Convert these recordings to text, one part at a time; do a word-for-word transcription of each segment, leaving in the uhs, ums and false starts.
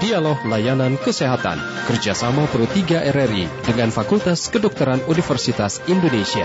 Dialog Layanan Kesehatan kerjasama Pro tiga R R I dengan Fakultas Kedokteran Universitas Indonesia.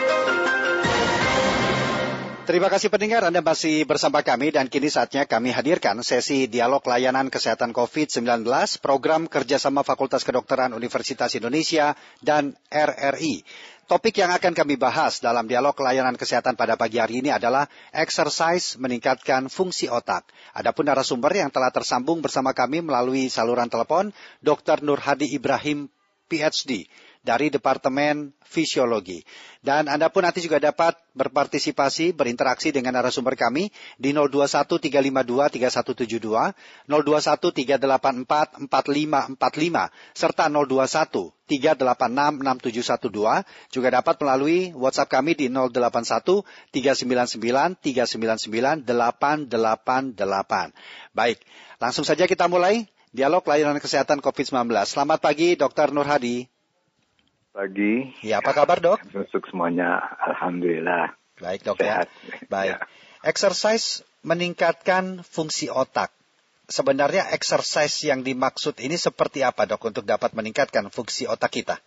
Terima kasih pendengar, Anda masih bersama kami dan kini saatnya kami hadirkan sesi Dialog Layanan Kesehatan covid sembilan belas program kerjasama Fakultas Kedokteran Universitas Indonesia dan R R I. Topik yang akan kami bahas dalam Dialog Layanan Kesehatan pada pagi hari ini adalah exercise meningkatkan fungsi otak. Adapun narasumber yang telah tersambung bersama kami melalui saluran telepon, Doktor Nur Hadi Ibrahim, P H D, dari Departemen Fisiologi. Dan Anda pun nanti juga dapat berpartisipasi, berinteraksi dengan narasumber kami di nol dua satu tiga lima dua tiga satu tujuh dua, nol dua satu tiga delapan empat empat lima empat lima, serta nol dua satu tiga delapan enam enam tujuh satu dua. Juga dapat melalui WhatsApp kami di nol delapan satu tiga sembilan sembilan tiga sembilan sembilan delapan delapan delapan. Baik, langsung saja kita mulai Dialog Layanan Kesehatan covid sembilan belas. Selamat pagi, Doktor Nur Hadi. Pagi. Ya, apa kabar, Dok? Untuk semuanya, alhamdulillah. Baik, Dok. Sehat. Ya. Baik. Ya. Exercise meningkatkan fungsi otak. Sebenarnya exercise yang dimaksud ini seperti apa, Dok, untuk dapat meningkatkan fungsi otak kita?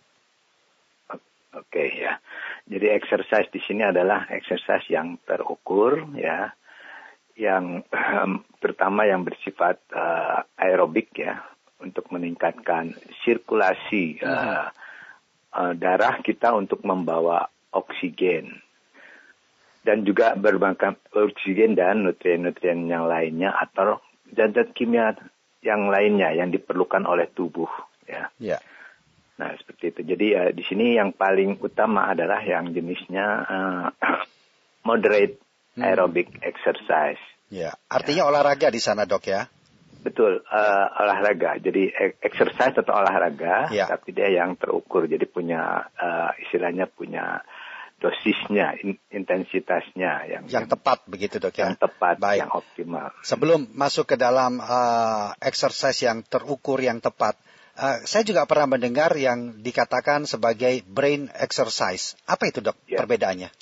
Oke, ya. Jadi exercise di sini adalah exercise yang terukur, ya. Yang um, pertama yang bersifat uh, aerobik, ya, untuk meningkatkan sirkulasi uh, hmm. Uh, darah kita untuk membawa oksigen dan juga berbagai oksigen dan nutrien-nutrien yang lainnya atau zat-zat kimia yang lainnya yang diperlukan oleh tubuh, ya. Yeah. Nah, seperti itu. Jadi uh, di sini yang paling utama adalah yang jenisnya uh, moderate hmm. aerobic exercise. Ya, yeah. Artinya ya. Olahraga di sana, Dok, ya. Betul, uh, olahraga. Jadi exercise atau olahraga, ya. Tapi dia yang terukur. Jadi punya uh, istilahnya punya dosisnya, in, intensitasnya yang yang tepat begitu, Dok, ya. Yang tepat, baik. Yang optimal. Sebelum masuk ke dalam uh, exercise yang terukur, yang tepat, uh, saya juga pernah mendengar yang dikatakan sebagai brain exercise. Apa itu, Dok, ya. Perbedaannya?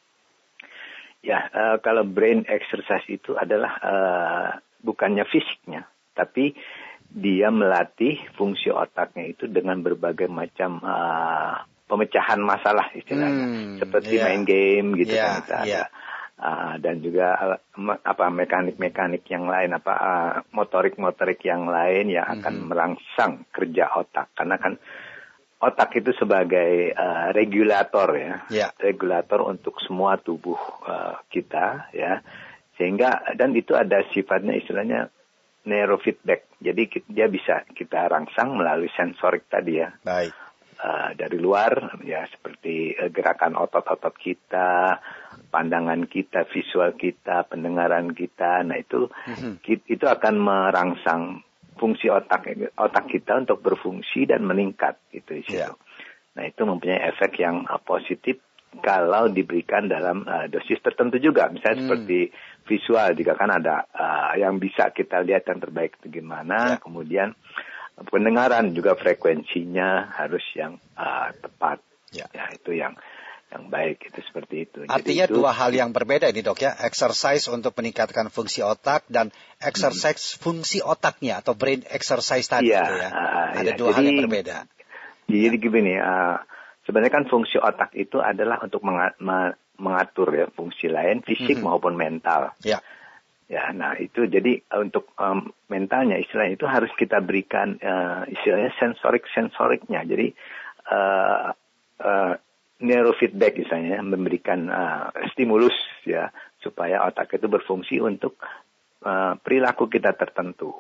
Ya, uh, kalau brain exercise itu adalah uh, bukannya fisiknya, tapi dia melatih fungsi otaknya itu dengan berbagai macam uh, pemecahan masalah istilahnya, hmm, seperti yeah. main game gitu yeah, kan, yeah. uh, dan juga uh, apa mekanik-mekanik yang lain, apa uh, motorik-motorik yang lain yang akan mm-hmm. merangsang kerja otak, karena kan otak itu sebagai uh, regulator ya, yeah. regulator untuk semua tubuh uh, kita ya. Sehingga, dan itu ada sifatnya istilahnya neurofeedback. Jadi dia bisa kita rangsang melalui sensorik tadi ya. Baik. Uh, dari luar ya seperti uh, gerakan otot-otot kita, pandangan kita, visual kita, pendengaran kita. Nah itu mm-hmm. itu akan merangsang fungsi otak otak kita untuk berfungsi dan meningkat gitu di situ. Yeah. Nah itu mempunyai efek yang uh, positif kalau diberikan dalam uh, dosis tertentu juga. Misalnya hmm. seperti visual juga kan ada uh, yang bisa kita lihat yang terbaik itu gimana. Ya. Kemudian pendengaran juga frekuensinya harus yang uh, tepat. Ya. ya itu yang yang baik itu seperti itu. Artinya Jadi itu, dua hal yang berbeda ini, Dok, ya. Exercise untuk meningkatkan fungsi otak dan exercise hmm. fungsi otaknya atau brain exercise tadi ya, itu ya. Uh, ada ya. dua Jadi, hal yang berbeda. Jadi ya. Gini uh, sebenarnya kan fungsi otak itu adalah untuk mengatur ya fungsi lain, fisik mm-hmm. maupun mental. Ya. Ya, nah itu jadi untuk um, mentalnya istilahnya itu harus kita berikan uh, istilahnya sensorik-sensoriknya. Jadi uh, uh, neurofeedback misalnya memberikan uh, stimulus ya supaya otak itu berfungsi untuk uh, perilaku kita tertentu.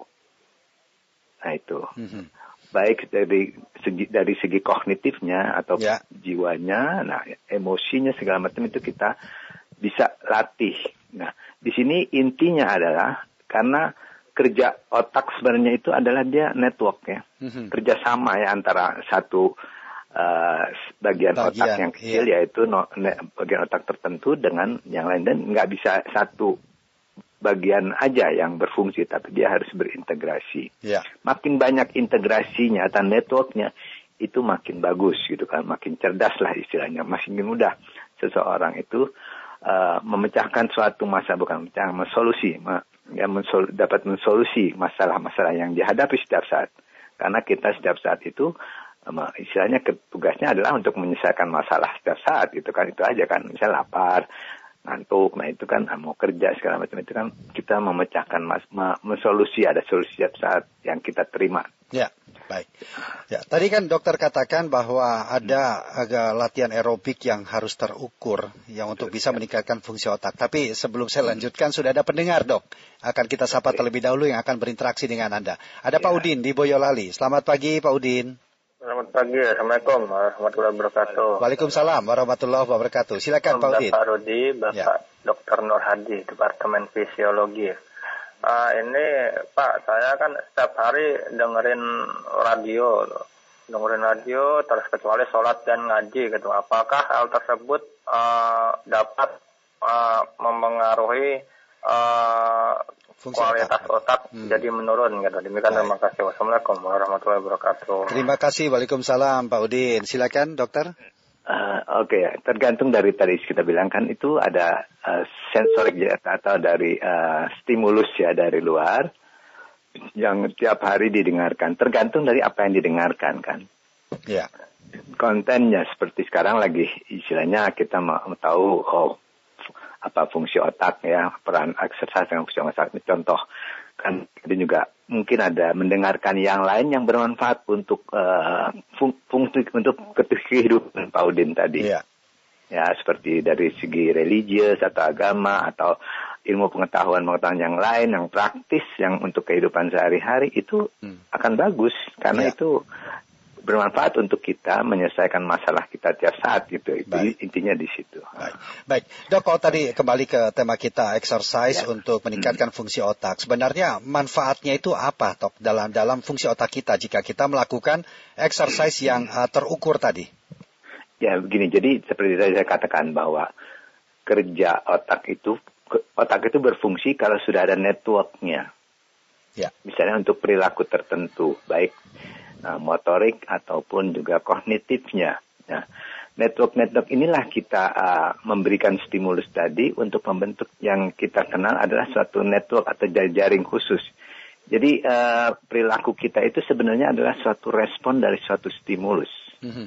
Nah itu. Mm-hmm. Baik dari segi dari segi kognitifnya atau ya. jiwanya, nah emosinya segala macam itu kita bisa latih. Nah, di sini intinya adalah karena kerja otak sebenarnya itu adalah dia network ya, mm-hmm. kerjasama ya antara satu uh, bagian, bagian otak yang kecil iya. yaitu no, ne, bagian otak tertentu dengan yang lain, dan nggak bisa satu bagian aja yang berfungsi, tapi dia harus berintegrasi. Yeah. Makin banyak integrasinya atau networknya, itu makin bagus gitu kan, makin cerdas lah istilahnya, makin mudah seseorang itu uh, memecahkan suatu masalah, bukan memecahkan, mensolusi, me, ya, mensol, dapat mensolusi masalah-masalah yang dihadapi setiap saat. Karena kita setiap saat itu, um, istilahnya tugasnya adalah untuk menyelesaikan masalah setiap saat, gitu kan, itu aja kan, misalnya lapar, ngantuk, nah itu kan mau kerja segala macam itu kan kita memecahkan mas, mensolusi, ada solusi setiap saat yang kita terima. Ya, baik. Ya, tadi kan dokter katakan bahwa ada agak latihan aerobik yang harus terukur yang untuk bisa meningkatkan fungsi otak. Tapi sebelum saya lanjutkan sudah ada pendengar, Dok. Akan kita sapa terlebih dahulu yang akan berinteraksi dengan Anda. Ada ya. Pak Udin di Boyolali. Selamat pagi, Pak Udin. Selamat pagi, Assalamualaikum warahmatullahi wabarakatuh. Waalaikumsalam warahmatullahi wabarakatuh. Silakan Pak Udin. Bapak Rudi, Bapak ya. Dokter Nur Hadi, Departemen Fisiologi. Uh, ini Pak, saya kan setiap hari dengerin radio, dengerin radio terus kecuali sholat dan ngaji gitu. Apakah hal tersebut uh, dapat uh, mempengaruhi uh, Fungsi kualitas otak, otak hmm. jadi menurun gitu. Demikian, terima kasih. Wassalamualaikum warahmatullahi wabarakatuh. Terima kasih. Waalaikumsalam Pak Udin. Silakan dokter. Uh, Oke, okay. Tergantung dari tadi kita bilang kan itu ada uh, sensorik ya, atau dari uh, stimulus ya dari luar yang tiap hari didengarkan. Tergantung dari apa yang didengarkan kan. Ya. Yeah. Kontennya seperti sekarang lagi istilahnya kita mau tahu oh apa fungsi otak ya, peran eksersis dengan fungsi otak. Contoh kan ini juga mungkin ada mendengarkan yang lain yang bermanfaat untuk uh, fung, fungsi untuk kehidupan Pak Udin tadi. Yeah. Ya, seperti dari segi religius atau agama atau ilmu pengetahuan-pengetahuan yang lain yang praktis yang untuk kehidupan sehari-hari itu hmm. akan bagus karena yeah. itu bermanfaat untuk kita menyelesaikan masalah kita tiap saat gitu. Itu Baik. Intinya di situ. Baik. Baik. Dok, kalau tadi kembali ke tema kita exercise ya. Untuk meningkatkan hmm. fungsi otak. Sebenarnya manfaatnya itu apa, Dok, dalam dalam fungsi otak kita jika kita melakukan exercise yang uh, terukur tadi? Ya, begini. Jadi seperti tadi saya katakan bahwa kerja otak itu otak itu berfungsi kalau sudah ada networknya. Ya. Misalnya untuk perilaku tertentu, baik Nah, motorik ataupun juga kognitifnya. Nah, network-network inilah kita uh, memberikan stimulus tadi untuk membentuk yang kita kenal adalah suatu network atau jaring khusus. Jadi uh, perilaku kita itu sebenarnya adalah suatu respon dari suatu stimulus. Mm-hmm.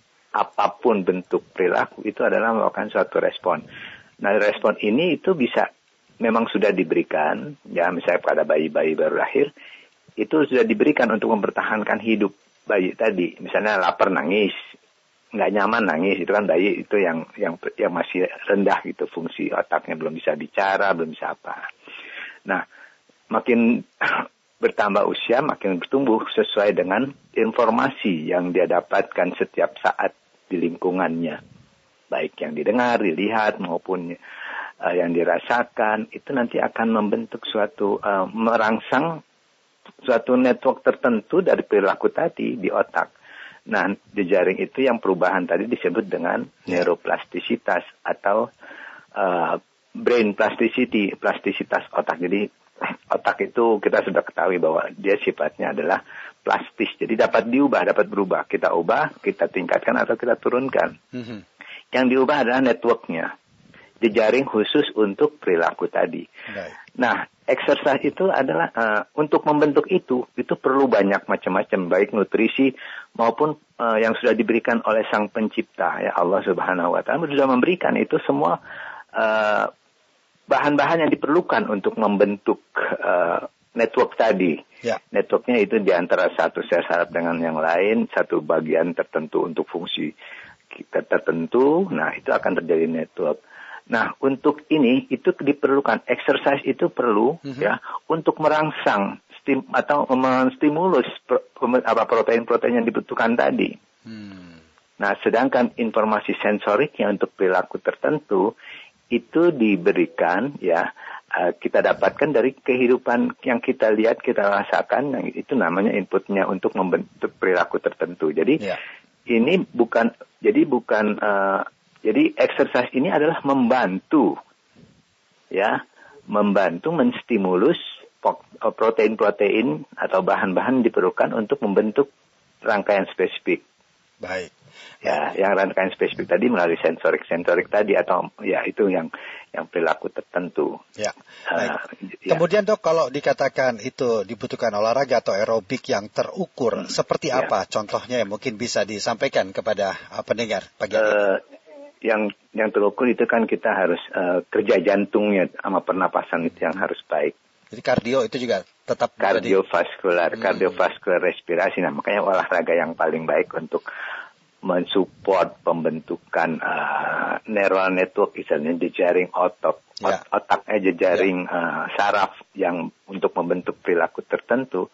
Apapun bentuk perilaku itu adalah merupakan suatu respon. Nah, respon ini itu bisa memang sudah diberikan, ya misalnya pada bayi-bayi baru lahir, itu sudah diberikan untuk mempertahankan hidup bayi tadi. Misalnya lapar nangis, nggak nyaman nangis, itu kan bayi itu yang yang yang masih rendah gitu, fungsi otaknya belum bisa bicara, belum bisa apa. Nah, makin bertambah usia, makin bertumbuh sesuai dengan informasi yang dia dapatkan setiap saat di lingkungannya. Baik yang didengar, dilihat, maupun uh, yang dirasakan, itu nanti akan membentuk suatu uh, merangsang suatu network tertentu dari perilaku tadi di otak. Nah, di jaring itu yang perubahan tadi disebut dengan neuroplastisitas atau uh, brain plasticity, plastisitas otak. Jadi otak itu kita sudah ketahui bahwa dia sifatnya adalah plastis. Jadi dapat diubah, dapat berubah. Kita ubah, kita tingkatkan atau kita turunkan. Mm-hmm. Yang diubah adalah networknya. Jejaring khusus untuk perilaku tadi. Baik. Nah, exercise itu adalah uh, untuk membentuk itu, itu perlu banyak macam-macam, baik nutrisi maupun uh, yang sudah diberikan oleh Sang Pencipta, ya Allah Subhanahu Wa Taala sudah memberikan itu semua uh, bahan-bahan yang diperlukan untuk membentuk uh, network tadi. Ya. Networknya itu di antara satu sel saraf dengan yang lain, satu bagian tertentu untuk fungsi kita tertentu. Nah, itu akan terjadi network. Nah, untuk ini itu diperlukan exercise itu perlu mm-hmm. ya untuk merangsang stim atau menstimulus pro, apa protein-protein yang dibutuhkan tadi. Hmm. Nah, sedangkan informasi sensoriknya untuk perilaku tertentu itu diberikan ya uh, kita dapatkan dari kehidupan yang kita lihat, kita rasakan, yang itu namanya inputnya untuk membentuk perilaku tertentu. Jadi yeah. ini bukan jadi bukan uh, Jadi exercise ini adalah membantu, ya, membantu menstimulus protein-protein atau bahan-bahan diperlukan untuk membentuk rangkaian spesifik. Baik. Ya, yang rangkaian spesifik tadi melalui sensorik-sensorik tadi atau ya itu yang yang perilaku tertentu. Ya. Baik. Uh, ya. Kemudian dok, kalau dikatakan itu dibutuhkan olahraga atau aerobik yang terukur, hmm. seperti ya. apa contohnya yang mungkin bisa disampaikan kepada uh, pendengar pagi hari? Uh, yang yang terukur itu kan kita harus uh, kerja jantungnya sama pernapasan itu yang harus baik. Jadi kardio itu juga tetap kardiovaskular, hmm. kardiovaskular respirasi. Nah, makanya olahraga yang paling baik untuk mensupport pembentukan uh, neural network, misalnya jejaring otot, ya. otaknya jejaring ya. uh, saraf yang untuk membentuk perilaku tertentu,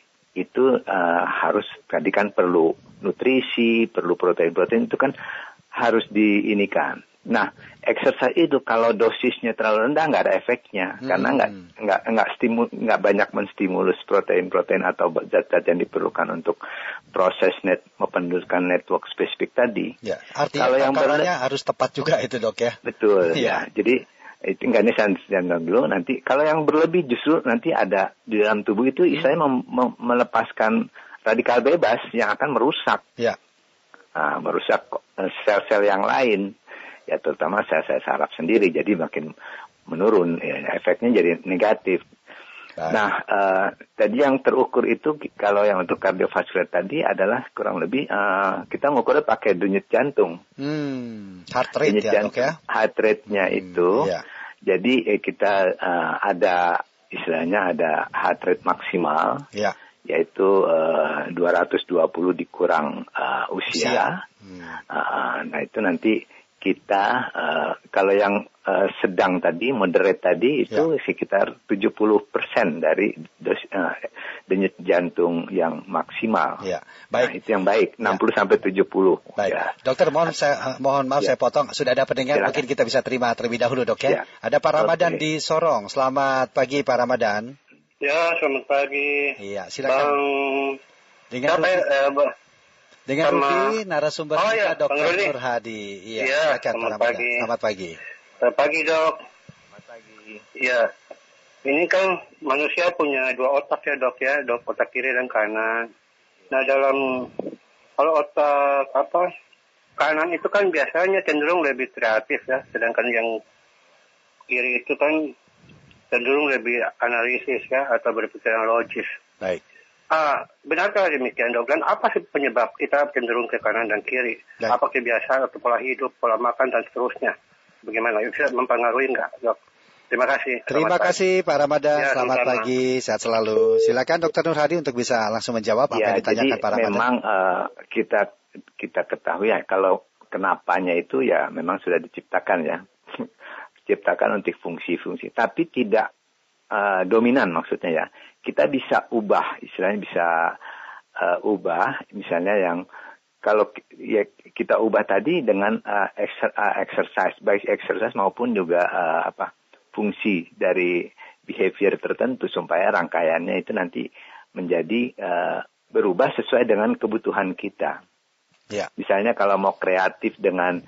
itu uh, harus tadi kan perlu nutrisi, perlu protein-protein, itu kan harus diinikan. Nah, exercise itu kalau dosisnya terlalu rendah nggak ada efeknya, hmm. karena nggak nggak nggak stimul nggak banyak menstimulus protein-protein atau zat-zat yang diperlukan untuk proses net membentukkan network spesifik tadi. Ya, artinya kalau yang berle- harus tepat juga itu dok ya. Betul ya. ya. Jadi itu enggaknya saya dulu nanti kalau yang berlebih justru nanti ada di dalam tubuh itu istilahnya mem- mem- melepaskan radikal bebas yang akan merusak. Ya. Nah, merusak sel-sel yang lain. Ya terutama sel-sel saraf sendiri, jadi makin menurun, ya, efeknya jadi negatif. Baik. Nah, uh, tadi yang terukur itu kalau yang untuk kardiovaskular tadi adalah kurang lebih uh, kita ngukurnya pakai denyut jantung. Hmm, heart rate denyut ya, jantung, okay, ya? Heart rate-nya hmm, itu, yeah. Jadi eh, kita uh, ada istilahnya ada heart rate maksimal, yeah. yaitu uh, dua ratus dua puluh dikurang uh, usia. usia. Hmm. Uh, nah itu nanti kita uh, kalau yang uh, sedang tadi, moderate tadi itu ya. sekitar tujuh puluh persen dari dos, uh, denyut jantung yang maksimal. Ya, baik. Nah, itu yang baik, ya. enam puluh sampai tujuh puluh. Baik. Ya. Dokter, mohon saya uh, mohon maaf ya. saya potong. Sudah ada pendengar, silakan. Mungkin kita bisa terima terlebih dahulu, Dok ya. ya. Ada Pak Ramadan okay. di Sorong. Selamat pagi Pak Ramadan. Ya, selamat pagi. Iya, silakan. Bang Dengan Siapa, eh, Dengan sama... Rudy, narasumber oh, kita, ya, Dokter Nur Hadi. Iya, ya, silakan selamat Pak pagi. Selamat pagi. Selamat pagi, Dok. Selamat pagi. Iya. Ini kan manusia punya dua otak ya, Dok ya, Dok, otak kiri dan kanan. Nah, dalam kalau otak apa? Kanan itu kan biasanya cenderung lebih kreatif ya, sedangkan yang kiri itu kan cenderung lebih analisis ya atau berpikiran logis. Baik. Ah, benarkah demikian, Dok? Dan apa sih penyebab kita cenderung ke kanan dan kiri? Dan. Apa kebiasaan atau pola hidup, pola makan, dan seterusnya? Bagaimana? Itu mempengaruhi nggak, Dok? Terima kasih. Terima selamat kasih, pagi. Pak Ramadan. Ya, selamat sama. pagi, sehat selalu. Silakan, Dokter Nur Hadi, untuk bisa langsung menjawab apa ya, yang ditanyakan jadi Pak Ramadan. Memang uh, kita kita ketahui ya, kalau kenapanya itu ya memang sudah diciptakan ya. Diciptakan untuk fungsi-fungsi. Tapi tidak uh, dominan maksudnya ya. Kita bisa ubah, istilahnya bisa uh, ubah, misalnya yang kalau ya kita ubah tadi dengan uh, exer, uh, exercise, baik exercise maupun juga uh, apa fungsi dari behavior tertentu supaya rangkaiannya itu nanti menjadi uh, berubah sesuai dengan kebutuhan kita. Ya. Misalnya kalau mau kreatif dengan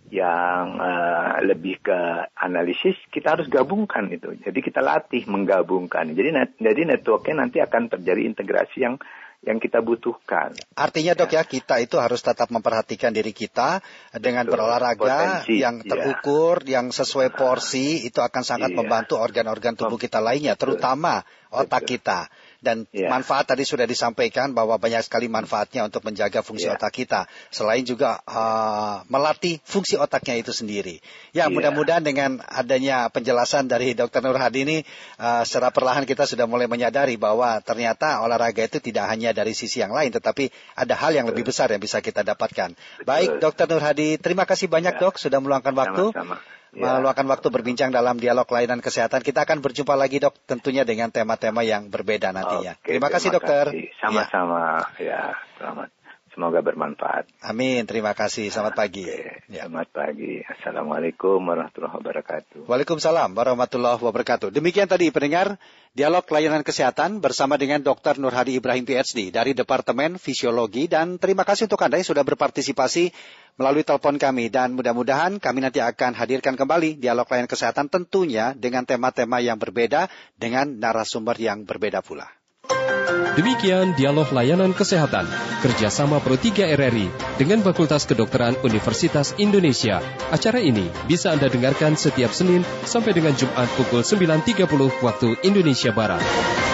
yang uh, lebih ke analisis, kita harus gabungkan itu. Jadi kita latih menggabungkan. Jadi net, jadi networknya nanti akan terjadi integrasi yang yang kita butuhkan. Artinya dok ya, kita itu harus tetap memperhatikan diri kita dengan betul, berolahraga potensi, yang terukur, ya. yang sesuai porsi, itu akan sangat iya. membantu organ-organ tubuh kita lainnya, terutama betul. otak kita. Dan yeah. manfaat tadi sudah disampaikan bahwa banyak sekali manfaatnya untuk menjaga fungsi yeah. otak kita. Selain juga uh, melatih fungsi otaknya itu sendiri. Ya yeah. mudah-mudahan dengan adanya penjelasan dari Dokter Nur Hadi ini, uh, secara perlahan kita sudah mulai menyadari bahwa ternyata olahraga itu tidak hanya dari sisi yang lain, tetapi ada hal yang lebih besar yang bisa kita dapatkan. Betul. Baik Dokter Nur Hadi, terima kasih banyak yeah. dok sudah meluangkan waktu. Sama-sama. Ya. Meluangkan waktu berbincang dalam dialog layanan kesehatan. Kita akan berjumpa lagi dok, tentunya dengan tema-tema yang berbeda nantinya. Oke, terima kasih terima dokter. Kasih. Sama-sama ya. ya, selamat. Semoga bermanfaat. Amin, terima kasih. Selamat pagi. Oke, ya. Selamat pagi. Assalamualaikum warahmatullahi wabarakatuh. Waalaikumsalam warahmatullahi wabarakatuh. Demikian tadi pendengar dialog layanan kesehatan bersama dengan Dokter Nur Hadi Ibrahim P H D dari Departemen Fisiologi, dan terima kasih untuk Anda yang sudah berpartisipasi melalui telepon kami, dan mudah-mudahan kami nanti akan hadirkan kembali dialog layanan kesehatan tentunya dengan tema-tema yang berbeda dengan narasumber yang berbeda pula. Demikian dialog layanan kesehatan kerjasama Pro tiga R R I dengan Fakultas Kedokteran Universitas Indonesia. Acara ini bisa Anda dengarkan setiap Senin sampai dengan Jumat pukul sembilan tiga puluh waktu Indonesia Barat.